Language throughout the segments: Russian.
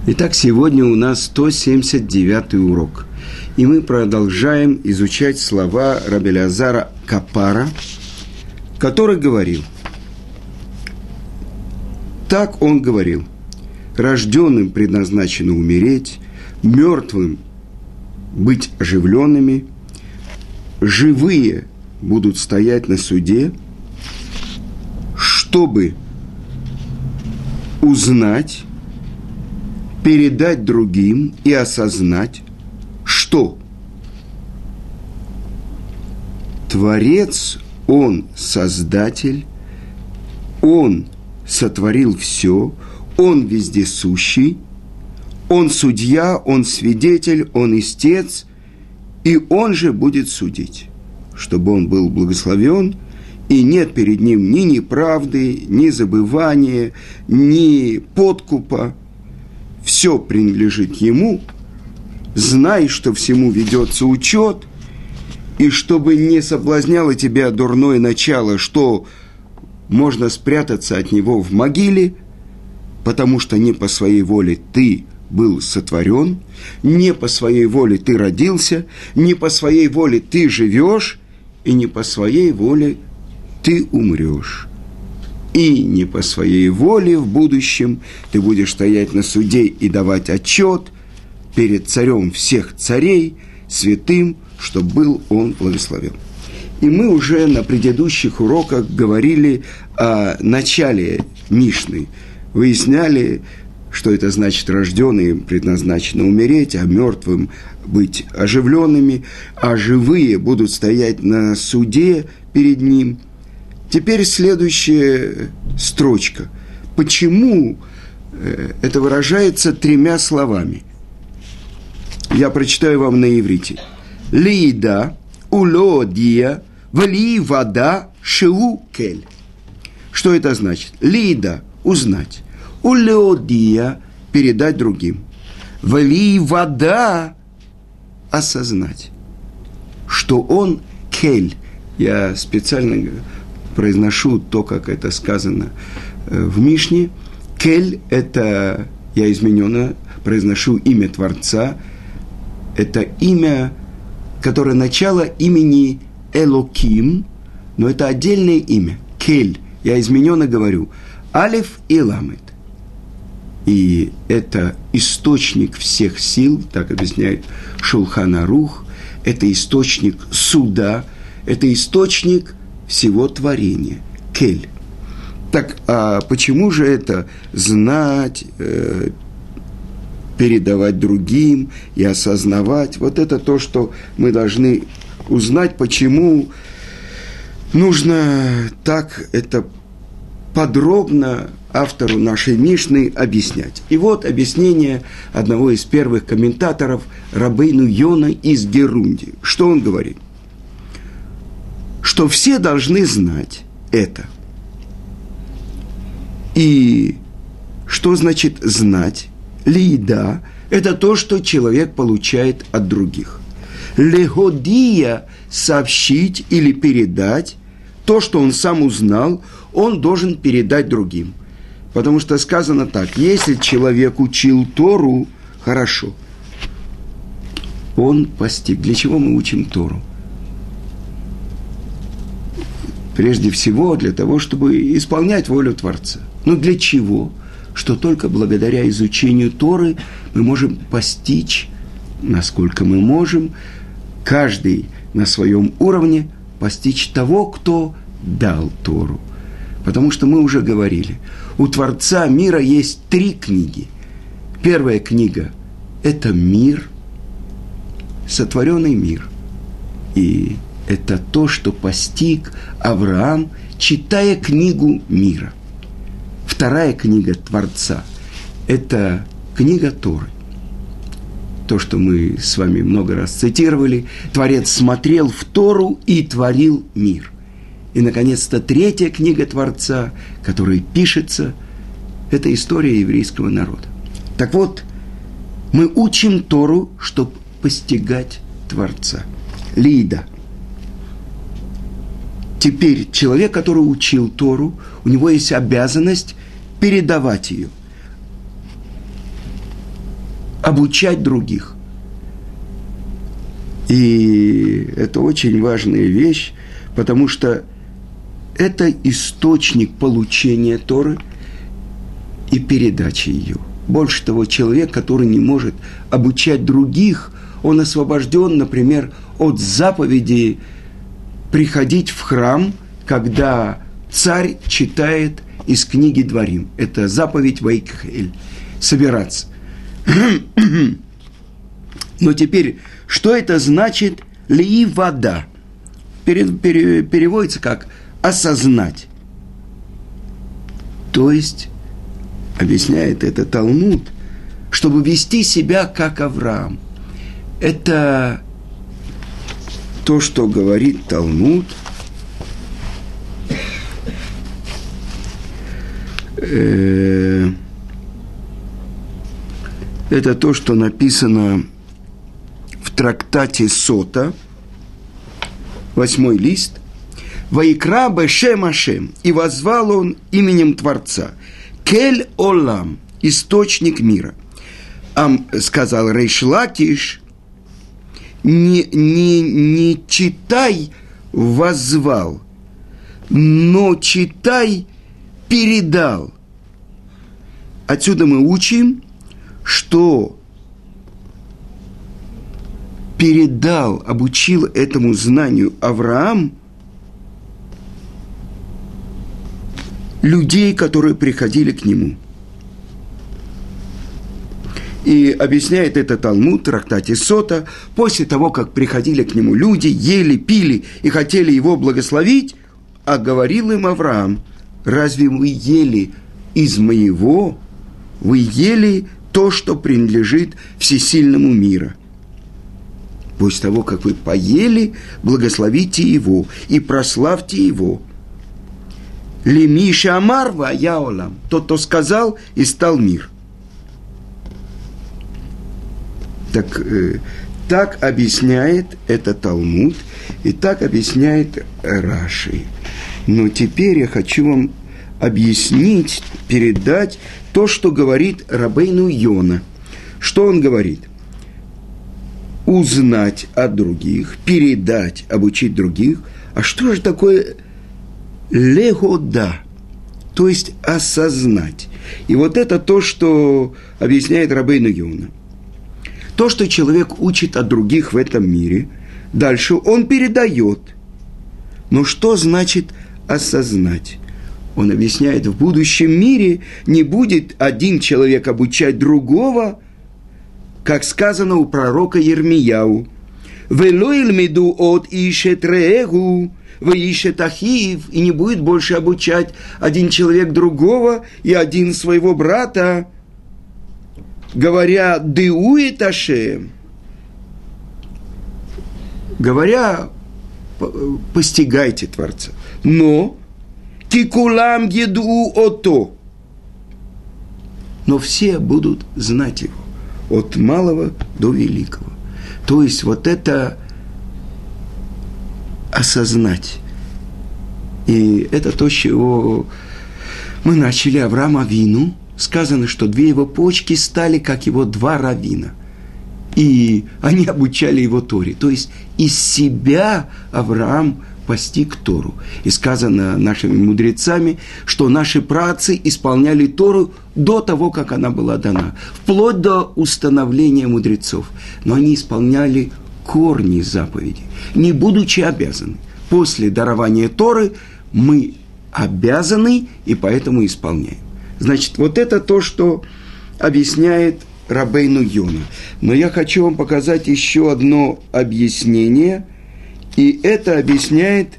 Итак, сегодня у нас 179-й урок. И мы продолжаем изучать слова раби Элиазара Капара, который говорил. Так он говорил: рожденным предназначено умереть, мертвым быть оживленными, живые будут стоять на суде, чтобы узнать, передать другим и осознать, что Творец, Он Создатель, Он сотворил все, Он вездесущий, Он судья, Он свидетель, Он истец, и Он же будет судить, чтобы Он был благословен, и нет перед Ним ни неправды, ни забывания, ни подкупа. Все принадлежит Ему, знай, что всему ведется учет, и чтобы не соблазняло тебя дурное начало, что можно спрятаться от него в могиле, потому что не по своей воле ты был сотворен, не по своей воле ты родился, не по своей воле ты живешь, и не по своей воле ты умрешь. И не по своей воле в будущем ты будешь стоять на суде и давать отчет перед царем всех царей, святым, чтобы был он благословен. И мы уже на предыдущих уроках говорили о начале Мишны, выясняли, что это значит рожденным предназначено умереть, а мертвым быть оживленными, а живые будут стоять на суде перед ним. Теперь следующая строчка. Почему это выражается тремя словами? Я прочитаю вам на иврите. Лида, улодия, вали вода, шеукель. Что это значит? Лида – узнать. Улодия – передать другим. Вали вода – осознать, что он кель. Я специально произношу то, как это сказано в Мишне. Кель – это, я измененно произношу имя Творца. Это имя, которое начало имени Элоким, но это отдельное имя. Кель. Я измененно говорю. Алеф и Ламет. И это источник всех сил, так объясняет Шулхан Арух. Это источник суда. Это источник всего творения. Кель. Так, а почему же это знать, передавать другим и осознавать? Вот это то, что мы должны узнать, почему нужно так это подробно автору нашей Мишны объяснять. И вот объяснение одного из первых комментаторов, Рабейну Йона из Герунди. Что он говорит? Что все должны знать это. И что значит знать? Лида – это то, что человек получает от других. Легодия – сообщить или передать то, что он сам узнал, он должен передать другим. Потому что сказано так: если человек учил Тору, хорошо, он постиг. Для чего мы учим Тору? Прежде всего, для того, чтобы исполнять волю Творца. Но для чего? Что только благодаря изучению Торы мы можем постичь, насколько мы можем, каждый на своем уровне постичь того, кто дал Тору. Потому что мы уже говорили, у Творца мира есть 3 книги. Первая книга – это мир, сотворенный мир. И это то, что постиг Авраам, читая книгу мира. Вторая книга Творца – это книга Торы. То, что мы с вами много раз цитировали. Творец смотрел в Тору и творил мир. И, наконец-то, третья книга Творца, которая пишется, это история еврейского народа. Так вот, мы учим Тору, чтобы постигать Творца. Лида. Теперь человек, который учил Тору, у него есть обязанность передавать ее. обучать других. И это очень важная вещь, потому что это источник получения Торы и передачи ее. Больше того, человек, который не может обучать других, он освобожден, например, от заповеди приходить в храм, когда царь читает из книги Дворим. Это заповедь Ваикхель. Собираться. Но теперь, что это значит «ли вода»? Переводится как «осознать». То есть, объясняет это Талмуд, чтобы вести себя как Авраам. Это то, что говорит Талмуд. Это то, что написано в трактате Сота, 8 лист. «Ваикра бешем Ашем, и воззвал он именем Творца, Кель Олам, источник мира. Сказал Рейш Лакиш, не читай воззвал, но читай передал». Отсюда мы учим, что передал, обучил этому знанию Авраам людей, которые приходили к нему. И объясняет это Талмуд в трактате Сота. После того, как приходили к нему люди, ели, пили и хотели его благословить, а говорил им Авраам: разве вы ели из моего? Вы ели то, что принадлежит всесильному мира. После того, как вы поели, благословите его и прославьте его. Лемиша амар вая олам. Тот, кто сказал, и стал мир. Так объясняет это Талмуд, и так объясняет Раши. Но теперь я хочу вам объяснить, передать то, что говорит Рабейну Йона. Что он говорит? Узнать от других, передать, обучить других. А что же такое легода? То есть осознать. И вот это то, что объясняет Рабейну Йона. То, что человек учит от других в этом мире, дальше он передает. Но что значит осознать? Он объясняет, в будущем мире не будет один человек обучать другого, как сказано у пророка Йирмияу. «Вело ильмеду от ишет реэгу, вэ ишет ахив», и не будет больше обучать один человек другого и один своего брата, говоря «деует Ашем», говоря «постигайте Творца». Но «кикулам еду ото», но все будут знать его, от малого до великого. То есть вот это осознать. И это то, с чего мы начали. Авраам Авину. Сказано, что 2 его почки стали, как его 2 раввина. И они обучали его Торе. То есть из себя Авраам постиг Тору. И сказано нашими мудрецами, что наши праотцы исполняли Тору до того, как она была дана. Вплоть до установления мудрецов. Но они исполняли корни заповеди, не будучи обязаны. После дарования Торы мы обязаны и поэтому исполняем. Значит, вот это то, что объясняет Рабейну Йона. Но я хочу вам показать еще одно объяснение, и это объясняет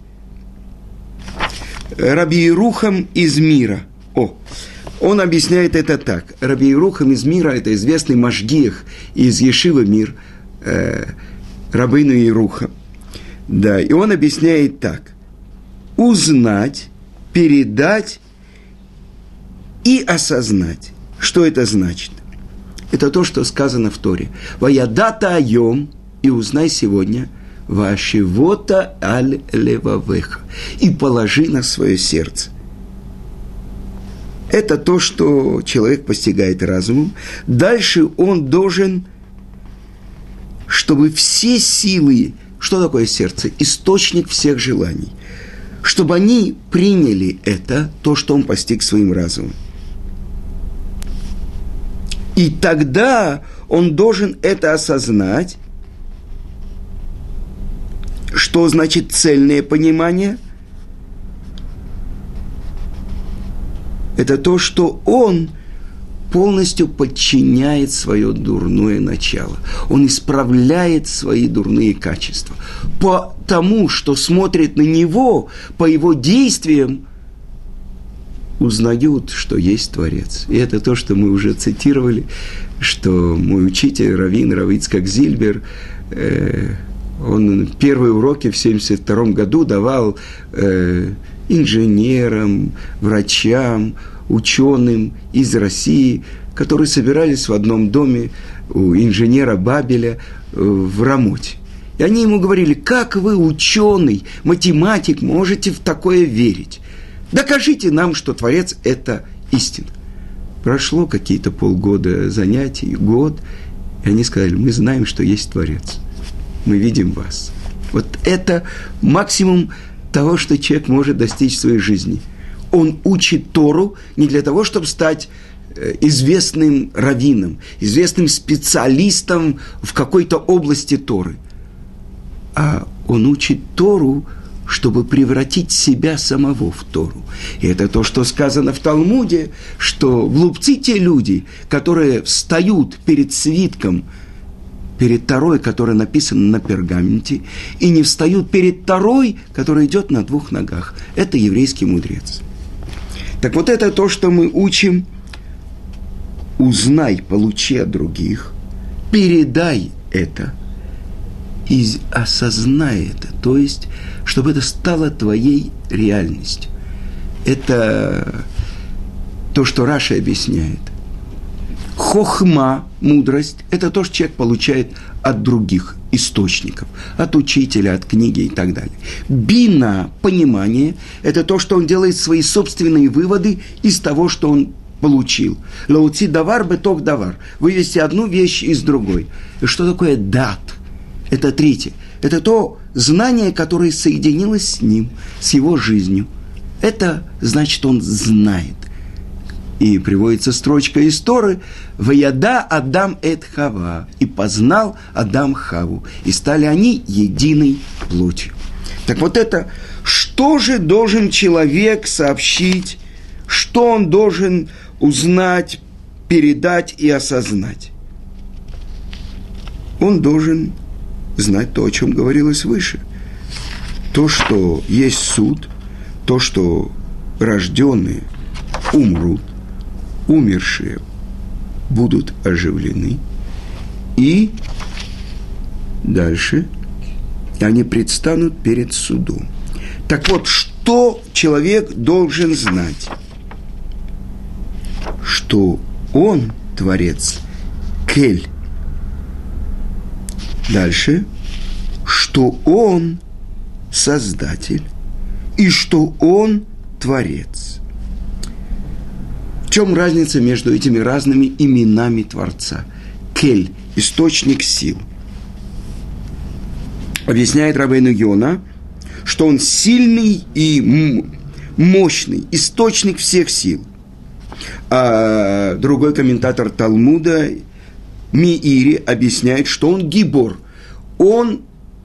Раби Йерухам из Мира. Он объясняет это так. Раби Йерухам из Мира – это известный машгиах из Ешивы Мир, Рабейну Йерухам. Да, и он объясняет так. Узнать, передать и осознать. Что это значит? Это то, что сказано в Торе. «Ваядата айом», и узнай сегодня, «Вашивота аль левавеха», и положи на свое сердце. Это то, что человек постигает разумом. Дальше он должен, чтобы все силы, что такое сердце? Источник всех желаний. Чтобы они приняли это, то, что он постиг своим разумом. И тогда он должен это осознать, что значит цельное понимание. Это то, что он полностью подчиняет свое дурное начало. Он исправляет свои дурные качества. По тому, что смотрит на него, по его действиям, узнают, что есть Творец. И это то, что мы уже цитировали, что мой учитель, раввин Рав Ицхак Зильбер, он первые уроки в 1972 году давал инженерам, врачам, ученым из России, которые собирались в одном доме у инженера Бабеля в Рамоте. И они ему говорили: как вы, ученый, математик, можете в такое верить? Докажите нам, что Творец – это истина. Прошло какие-то полгода занятий, год, и они сказали: мы знаем, что есть Творец. Мы видим вас. Вот это максимум того, что человек может достичь в своей жизни. Он учит Тору не для того, чтобы стать известным раввином, известным специалистом в какой-то области Торы. А он учит Тору, чтобы превратить себя самого в Тору. И это то, что сказано в Талмуде, что глупцы те люди, которые встают перед свитком, перед Торой, которая написана на пергаменте, и не встают перед Торой, которая идет на двух ногах. Это еврейский мудрец. Так вот это то, что мы учим. Узнай, получи от других, передай это и осознай это. То есть, чтобы это стало твоей реальностью. Это то, что Раши объясняет. Хохма, мудрость, это то, что человек получает от других источников, от учителя, от книги и так далее. Бина, понимание, это то, что он делает свои собственные выводы из того, что он получил. Лауци давар беток давар. Вывести одну вещь из другой. И что такое дат? Это третье. Это то знание, которое соединилось с ним, с его жизнью. Это значит, он знает. И приводится строчка из Торы: «Ваяда Адам эт Хава», и познал Адам Хаву, и стали они единой плотью. Так вот это, что же должен человек сообщить, что он должен узнать, передать и осознать? Он должен знать то, о чем говорилось выше. То, что есть суд, то, что рожденные умрут, умершие будут оживлены, и дальше они предстанут перед судом. Так вот, что человек должен знать? Что он Творец, Кель. Дальше, что он Создатель, и что он Творец. В чем разница между этими разными именами Творца? Кель – источник сил. Объясняет Рабейну Йона, что он сильный и мощный, источник всех сил. А другой комментатор Талмуда, Миири, объясняет, что он гибор. Он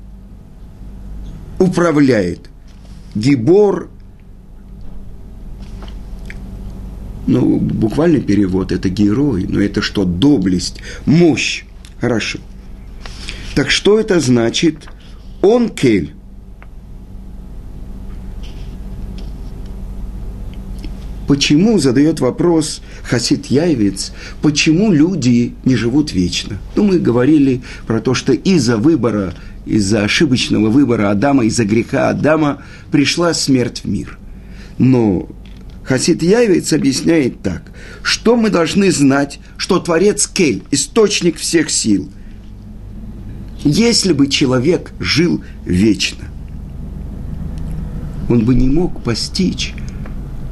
управляет. Гибор, буквальный перевод – это герой, но это что? Доблесть, мощь. Хорошо. Так что это значит? Он кель. Почему, задает вопрос Хасид Яйвец, почему люди не живут вечно? Мы говорили про то, что из-за ошибочного выбора Адама, из-за греха Адама пришла смерть в мир. Но Хасид Яйвец объясняет так, что мы должны знать, что Творец Кель, источник всех сил. Если бы человек жил вечно, он бы не мог постичь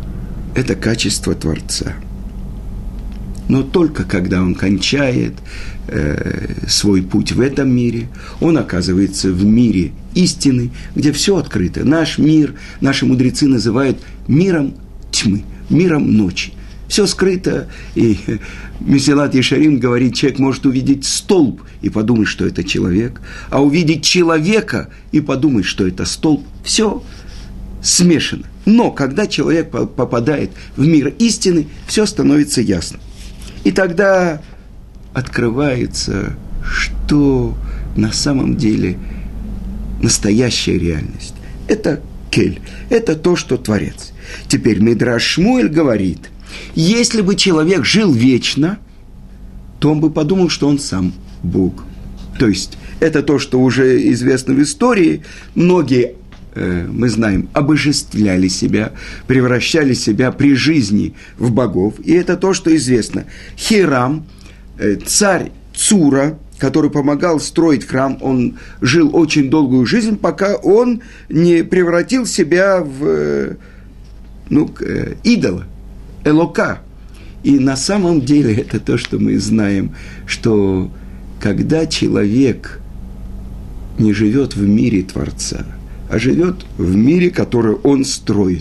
– это качество Творца. Но только когда он кончает свой путь в этом мире, он оказывается в мире истины, где все открыто. Наш мир, наши мудрецы называют миром тьмы, миром ночи. Все скрыто, и Месилат Ешарим говорит, человек может увидеть столб и подумать, что это человек, а увидеть человека и подумать, что это столб. Все смешано. Но когда человек попадает в мир истины, все становится ясно. И тогда открывается, что на самом деле настоящая реальность. Это кель, это то, что Творец. Теперь Мидраш Шмуэль говорит, если бы человек жил вечно, то он бы подумал, что он сам Бог. То есть это то, что уже известно в истории. Многие, мы знаем, обожествляли себя, превращали себя при жизни в богов. И это то, что известно. Хирам, царь Цура, который помогал строить храм, он жил очень долгую жизнь, пока он не превратил себя в идола, Элока. И на самом деле это то, что мы знаем, что когда человек не живет в мире Творца, а живет в мире, который он строит.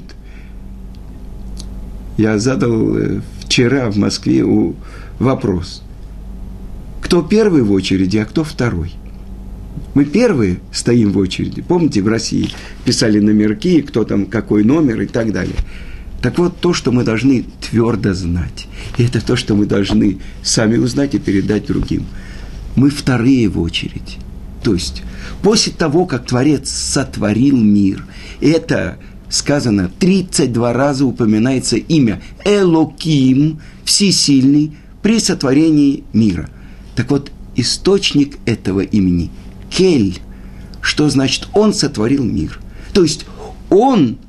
Я задал вчера в Москве вопрос. Кто первый в очереди, а кто второй? Мы первые стоим в очереди. Помните, в России писали номерки, кто там, какой номер и так далее. Так вот, то, что мы должны твердо знать, и это то, что мы должны сами узнать и передать другим. Мы вторые в очередь. То есть, после того, как Творец сотворил мир, это сказано, 32 раза упоминается имя Элоким, Всесильный, при сотворении мира. Так вот, источник этого имени – Кель, что значит «Он сотворил мир». То есть, Он,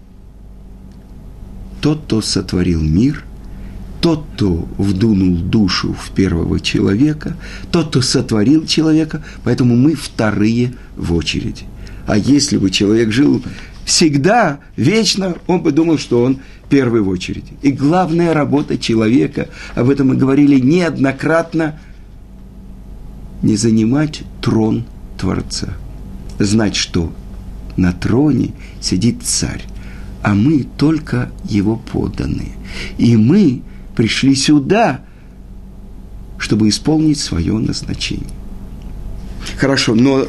тот, кто сотворил мир, тот, кто вдунул душу в первого человека, тот, кто сотворил человека, поэтому мы вторые в очереди. А если бы человек жил всегда, вечно, он бы думал, что он первый в очереди. И главная работа человека, об этом мы говорили неоднократно, не занимать трон Творца. Знать, что на троне сидит царь, а мы только его подданные. И мы пришли сюда, чтобы исполнить свое назначение. Хорошо, но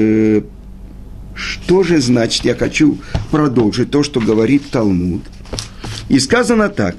что же значит, я хочу продолжить то, что говорит Талмуд. И сказано так.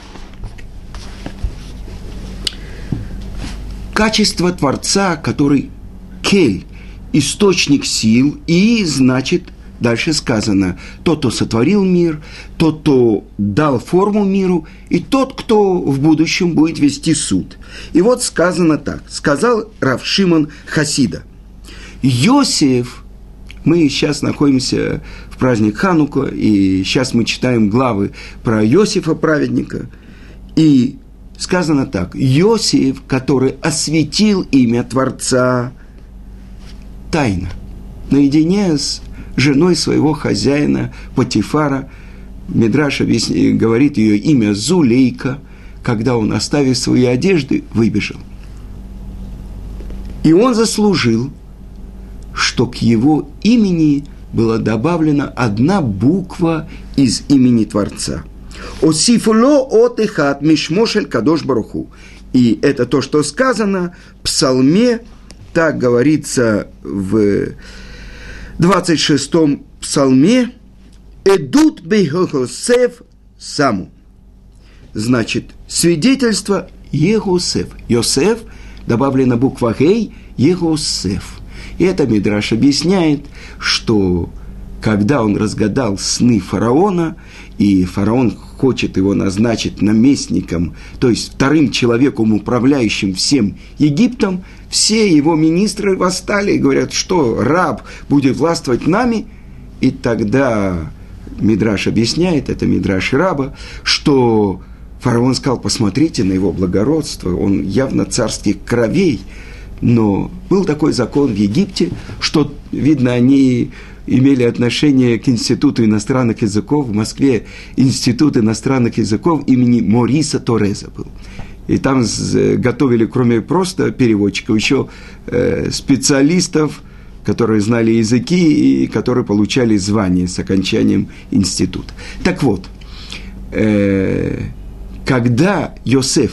Качество Творца, который кель, источник сил, и, значит, дальше сказано, тот, кто сотворил мир, тот, кто дал форму миру, и тот, кто в будущем будет вести суд. И вот сказано так, сказал Рав Шимон Хасида. Йосеф, мы сейчас находимся в праздник Ханука, и сейчас мы читаем главы про Йосефа, праведника, и сказано так, Йосеф, который осветил имя Творца тайно, наедине с женой своего хозяина Потифара, Мидраш говорит ее имя Зулейка, когда он, оставив свои одежды, выбежал. И он заслужил, что к его имени была добавлена одна буква из имени Творца. «Осифуло отехат мишмошель кадош баруху». И это то, что сказано в Псалме, так говорится в 26-м Псалме, «Эдут бейхосеф саму». Значит, свидетельство Егосеф. Йосеф, добавлена буква Гей, Егосеф. И это Мидраш объясняет, что когда он разгадал сны фараона, и фараон хочет его назначить наместником, то есть вторым человеком, управляющим всем Египтом, все его министры восстали и говорят, что раб будет властвовать нами. И тогда Мидраш объясняет, это Мидраш раба, что фараон сказал, посмотрите на его благородство, он явно царских кровей. Но был такой закон в Египте, что, видно, они имели отношение к Институту иностранных языков. В Москве Институт иностранных языков имени Мориса Тореза был. И там готовили, кроме просто переводчиков, еще специалистов, которые знали языки и которые получали звание с окончанием института. Так вот, когда Йосеф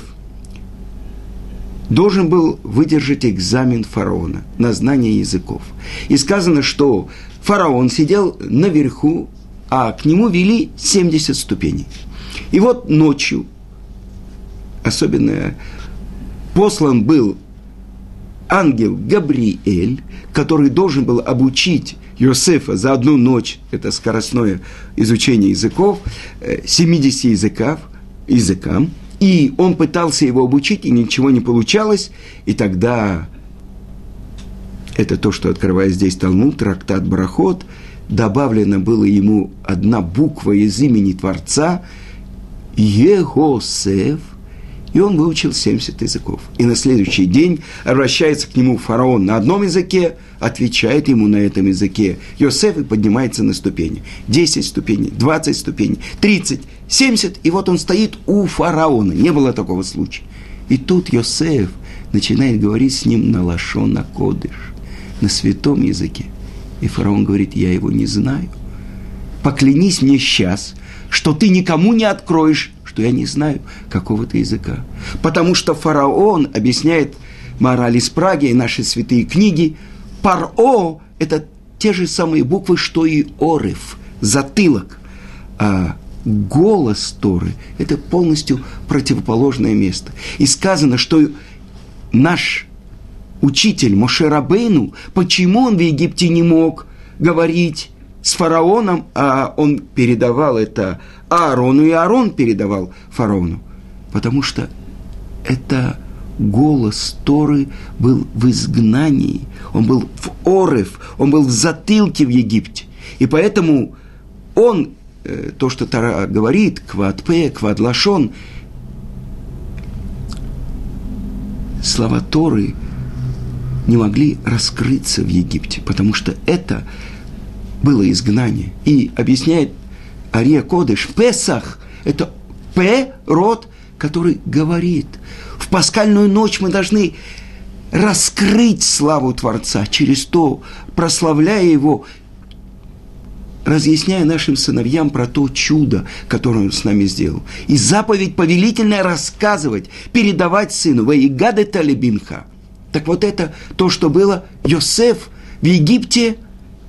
должен был выдержать экзамен фараона на знание языков, и сказано, что фараон сидел наверху, а к нему вели 70 ступеней. И вот ночью, особенно послан был ангел Габриэль, который должен был обучить Йосефа за одну ночь, это скоростное изучение языков, 70 языкам, и он пытался его обучить, и ничего не получалось, и тогда, это то, что открывает здесь Талмуд, трактат Брахот, добавлена была ему одна буква из имени Творца, Егосеф, и он выучил 70 языков. И на следующий день обращается к нему фараон на одном языке, отвечает ему на этом языке Йосеф и поднимается на ступени. 10 ступеней, 20 ступеней, 30, 70, и вот он стоит у фараона. Не было такого случая. И тут Йосеф начинает говорить с ним на лашон а-кодеш, на святом языке. И фараон говорит: я его не знаю. Поклянись мне сейчас, что ты никому не откроешь, что я не знаю какого-то языка. Потому что фараон, объясняет мораль из Праги и наши святые книги, паро – это те же самые буквы, что и орев, затылок. А голос Торы – это полностью противоположное место. И сказано, что наш учитель Моше Рабейну, почему он в Египте не мог говорить с фараоном, а он передавал это Аарону, и Аарон передавал фараону? Потому что это голос Торы был в изгнании, он был в Орев, он был в затылке в Египте. И поэтому он, то, что Тора говорит, квад-пе, квад-лашон, слова Торы не могли раскрыться в Египте, потому что это было изгнание. И объясняет Ария Кодеш, Песах – это П, род, который говорит. В пасхальную ночь мы должны раскрыть славу Творца, через то, прославляя Его, разъясняя нашим сыновьям про то чудо, которое Он с нами сделал. И заповедь повелительная рассказывать, передавать сыну. «Ваигаде талибинха». Так вот это то, что было. Йосеф в Египте,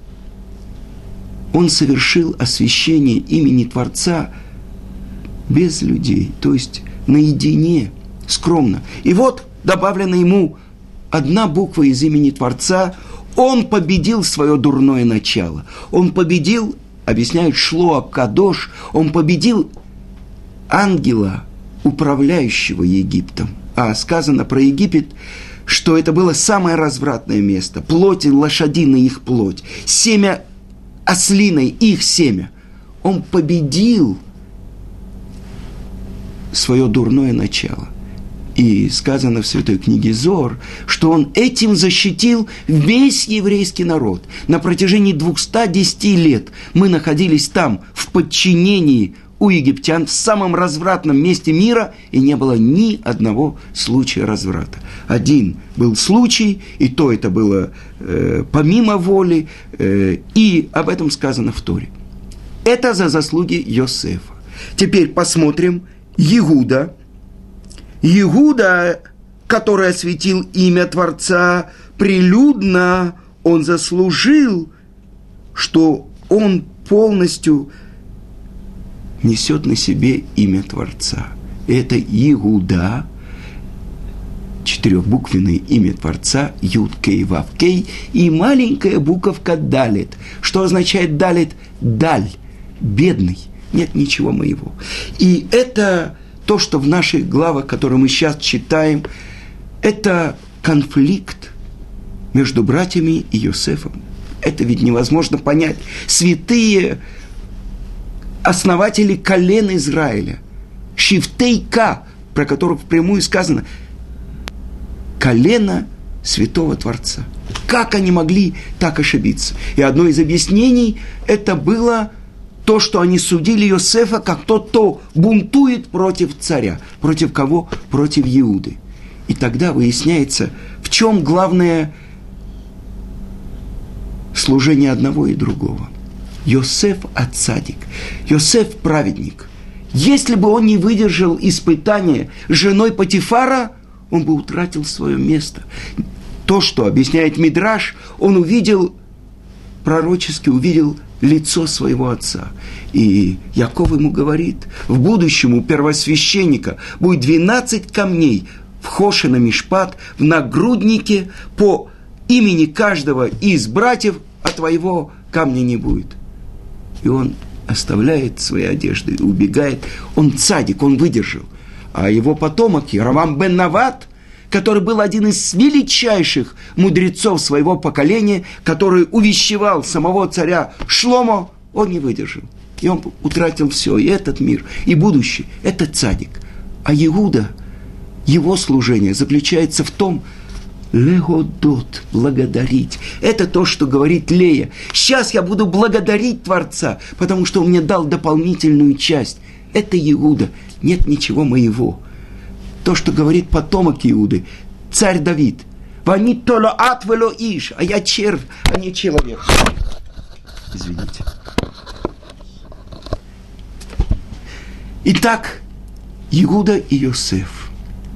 он совершил освящение имени Творца без людей, то есть наедине, скромно. И вот добавлена ему одна буква из имени Творца. Он победил свое дурное начало. Он победил, объясняют Шлоа Кадош, он победил ангела, управляющего Египтом. А сказано про Египет, что это было самое развратное место. Плоть лошадиной их плоть, семя ослиной их семя. Он победил свое дурное начало. И сказано в Святой книге Зоар, что он этим защитил весь еврейский народ. На протяжении 210 лет мы находились там, в подчинении у египтян, в самом развратном месте мира, и не было ни одного случая разврата. Один был случай, и то это было помимо воли, и об этом сказано в Торе. Это за заслуги Йосефа. Теперь посмотрим Иуда. Иуда, который осветил имя Творца прилюдно, он заслужил, что он полностью несет на себе имя Творца. Это Иуда, четырехбуквенное имя Творца, Юд-Кей, Вав-Кей, и маленькая буковка Далет. Что означает Далет? Даль, бедный, нет ничего моего. И это то, что в наших главах, которые мы сейчас читаем, это конфликт между братьями и Йосефом. Это ведь невозможно понять. Святые основатели колен Израиля, Шифтейка, про которых впрямую сказано, колено святого Творца. Как они могли так ошибиться? И одно из объяснений – это было то, что они судили Йосефа как тот, кто бунтует против царя. Против кого? Против Иуды. И тогда выясняется, в чем главное служение одного и другого. Йосеф ацадик, Йосеф праведник. Если бы он не выдержал испытания с женой Потифара, он бы утратил свое место. То, что объясняет Мидраш, он увидел, пророчески увидел лицо своего отца. И Яков ему говорит, в будущем у первосвященника будет 12 камней в Хошена Мишпат, в нагруднике по имени каждого из братьев, а твоего камня не будет. И он оставляет свои одежды и убегает. Он цадик, он выдержал. А его потомок, Яровам бен Нават, который был один из величайших мудрецов своего поколения, который увещевал самого царя Шломо, он не выдержал. И он утратил все, и этот мир, и будущее. Это цадик. А Иуда, его служение заключается в том, легодот, благодарить. Это то, что говорит Лея. Сейчас я буду благодарить Творца, потому что он мне дал дополнительную часть. Это Иуда, нет ничего моего. То, что говорит потомок Иуды, царь Давид. Вани толо ат вело иш, а я червь, а не человек. Извините. Итак, Иуда и Йосеф.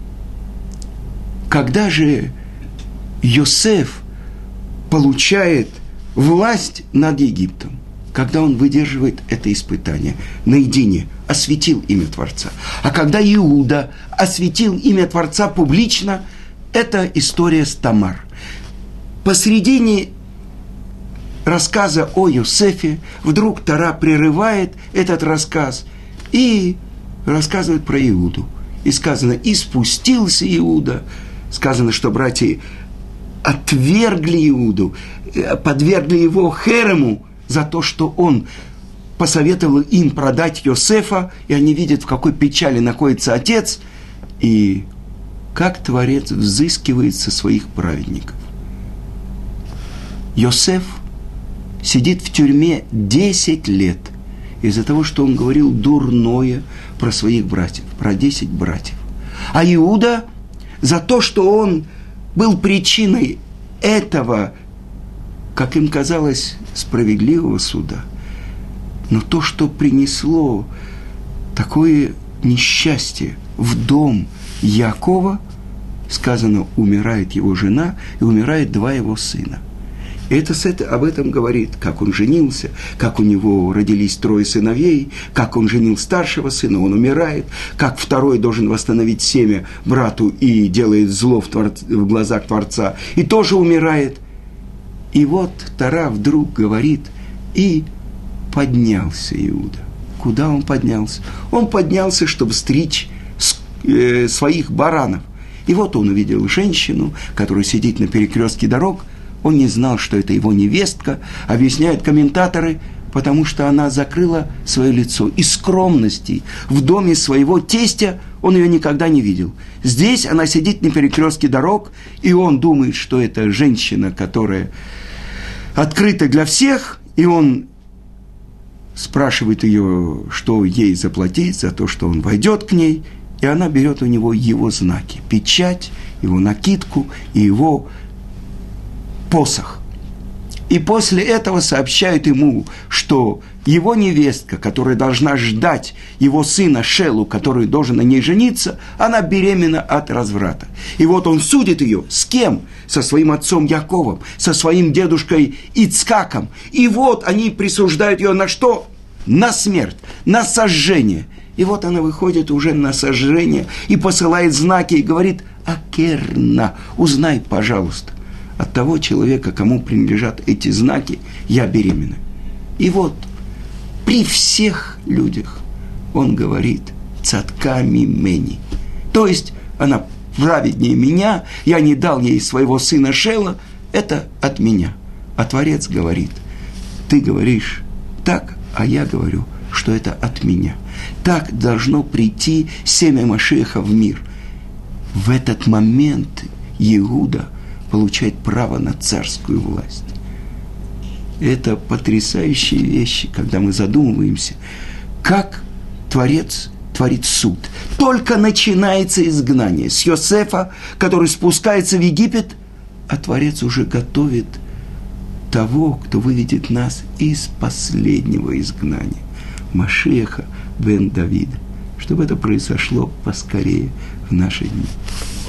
Когда же Йосеф получает власть над Египтом, когда он выдерживает это испытание наедине, осветил имя Творца. А когда Иуда осветил имя Творца публично, это история с Тамар. Посредине рассказа о Йосефе вдруг Тора прерывает этот рассказ и рассказывает про Иуду. И сказано, и спустился Иуда. Сказано, что братья отвергли Иуду, подвергли его херему за то, что он посоветовал им продать Йосефа, и они видят, в какой печали находится отец, и как Творец взыскивает со своих праведников. Йосеф сидит в тюрьме 10 лет из-за того, что он говорил дурное про своих братьев, про 10 братьев. А Иуда за то, что он был причиной этого, как им казалось, справедливого суда. Но то, что принесло такое несчастье в дом Якова, сказано, умирает его жена и умирает 2 его сына. И это об этом говорит, как он женился, как у него родились 3 сыновей, как он женил старшего сына, он умирает, как второй должен восстановить семя брату и делает зло в глазах Творца, и тоже умирает. И вот Тора вдруг говорит, и поднялся Иуда. Куда он поднялся? Он поднялся, чтобы стричь своих баранов. И вот он увидел женщину, которая сидит на перекрестке дорог. Он не знал, что это его невестка, объясняют комментаторы, потому что она закрыла свое лицо. Из скромности в доме своего тестя он ее никогда не видел. Здесь она сидит на перекрестке дорог, и он думает, что это женщина, которая открыта для всех, и он спрашивает ее, что ей заплатить за то, что он войдет к ней, и она берет у него его знаки, печать, его накидку и его посох. И после этого сообщают ему, что его невестка, которая должна ждать его сына Шелу, который должен на ней жениться, она беременна от разврата. И вот он судит ее. С кем? Со своим отцом Яковом, со своим дедушкой Ицкаком. И вот они присуждают ее на что? На смерть, на сожжение. И вот она выходит уже на сожжение и посылает знаки и говорит: «Акерна, узнай, пожалуйста, от того человека, кому принадлежат эти знаки, я беременна». И вот при всех людях он говорит: «Цатками мени». То есть она праведнее меня, я не дал ей своего сына Шела, это от меня. А Творец говорит: ты говоришь так, а я говорю, что это от меня. Так должно прийти семя Машиаха в мир. В этот момент Иуда получает право на царскую власть. Это потрясающие вещи, когда мы задумываемся, как Творец творит суд. Только начинается изгнание с Йосефа, который спускается в Египет, а Творец уже готовит того, кто выведет нас из последнего изгнания, Машиаха бен Давида, чтобы это произошло поскорее в наши дни.